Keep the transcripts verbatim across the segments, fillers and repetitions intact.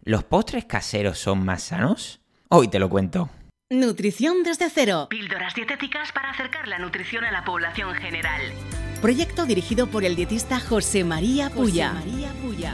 ¿Los postres caseros son más sanos? Hoy te lo cuento. Nutrición desde cero. Píldoras dietéticas para acercar la nutrición a la población general. Proyecto dirigido por el dietista José María Puya. José María Puya.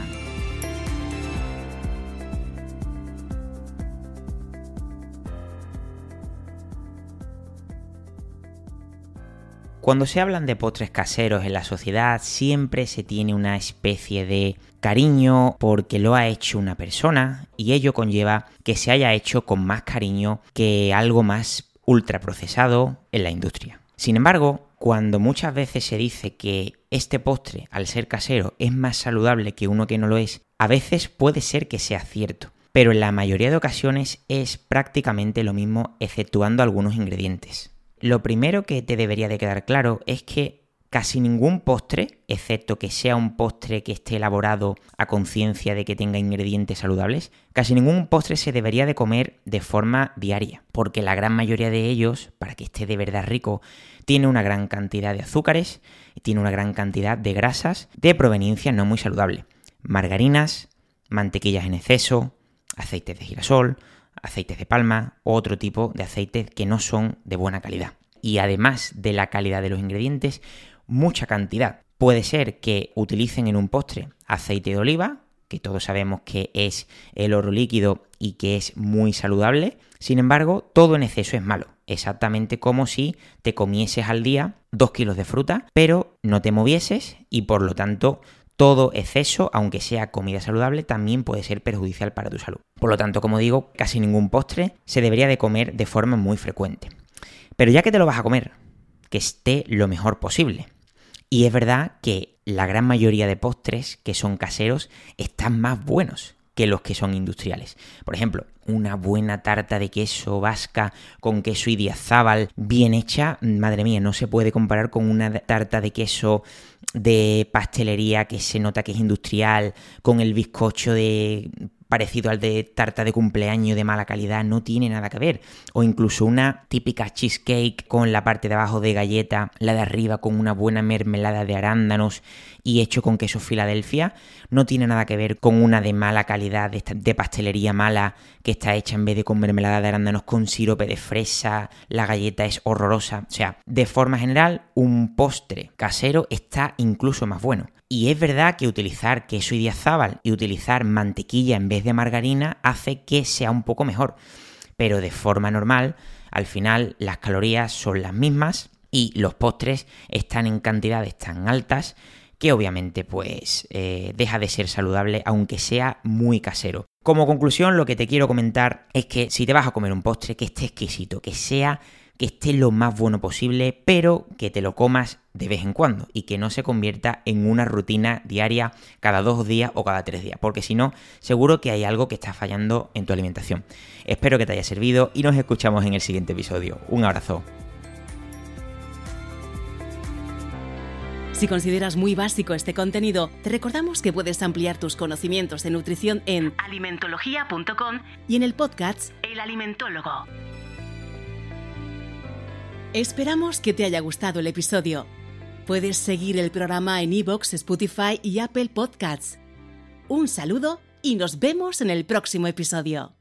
Cuando se hablan de postres caseros en la sociedad, siempre se tiene una especie de cariño porque lo ha hecho una persona y ello conlleva que se haya hecho con más cariño que algo más ultraprocesado en la industria. Sin embargo, cuando muchas veces se dice que este postre, al ser casero, es más saludable que uno que no lo es, a veces puede ser que sea cierto, pero en la mayoría de ocasiones es prácticamente lo mismo exceptuando algunos ingredientes. Lo primero que te debería de quedar claro es que casi ningún postre, excepto que sea un postre que esté elaborado a conciencia de que tenga ingredientes saludables, casi ningún postre se debería de comer de forma diaria, porque la gran mayoría de ellos, para que esté de verdad rico, tiene una gran cantidad de azúcares y tiene una gran cantidad de grasas de proveniencia no muy saludable. Margarinas, mantequillas en exceso, aceites de girasol, aceites de palma o otro tipo de aceites que no son de buena calidad. Y además de la calidad de los ingredientes, mucha cantidad. Puede ser que utilicen en un postre aceite de oliva, que todos sabemos que es el oro líquido y que es muy saludable. Sin embargo, todo en exceso es malo. Exactamente como si te comieses al día dos kilos de fruta, pero no te movieses y por lo tanto todo exceso, aunque sea comida saludable, también puede ser perjudicial para tu salud. Por lo tanto, como digo, casi ningún postre se debería de comer de forma muy frecuente. Pero ya que te lo vas a comer, que esté lo mejor posible. Y es verdad que la gran mayoría de postres que son caseros están más buenos que los que son industriales. Por ejemplo, una buena tarta de queso vasca con queso idiazábal bien hecha, madre mía, no se puede comparar con una tarta de queso de pastelería que se nota que es industrial, con el bizcocho de parecido al de tarta de cumpleaños de mala calidad, no tiene nada que ver. O incluso una típica cheesecake con la parte de abajo de galleta, la de arriba con una buena mermelada de arándanos y hecho con queso Filadelfia, no tiene nada que ver con una de mala calidad, de, esta, de pastelería mala, que está hecha en vez de con mermelada de arándanos con sirope de fresa, la galleta es horrorosa. O sea, de forma general, un postre casero está incluso más bueno. Y es verdad que utilizar queso idiazábal y utilizar mantequilla en vez de margarina hace que sea un poco mejor. Pero de forma normal, al final las calorías son las mismas y los postres están en cantidades tan altas que obviamente pues eh, deja de ser saludable aunque sea muy casero. Como conclusión, lo que te quiero comentar es que si te vas a comer un postre, que esté exquisito, que sea... que esté lo más bueno posible, pero que te lo comas de vez en cuando y que no se convierta en una rutina diaria cada dos días o cada tres días, porque si no, seguro que hay algo que está fallando en tu alimentación. Espero que te haya servido y nos escuchamos en el siguiente episodio. Un abrazo. Si consideras muy básico este contenido, te recordamos que puedes ampliar tus conocimientos de nutrición en alimentología punto com y en el podcast El Alimentólogo. Esperamos que te haya gustado el episodio. Puedes seguir el programa en iVoox, Spotify y Apple Podcasts. Un saludo y nos vemos en el próximo episodio.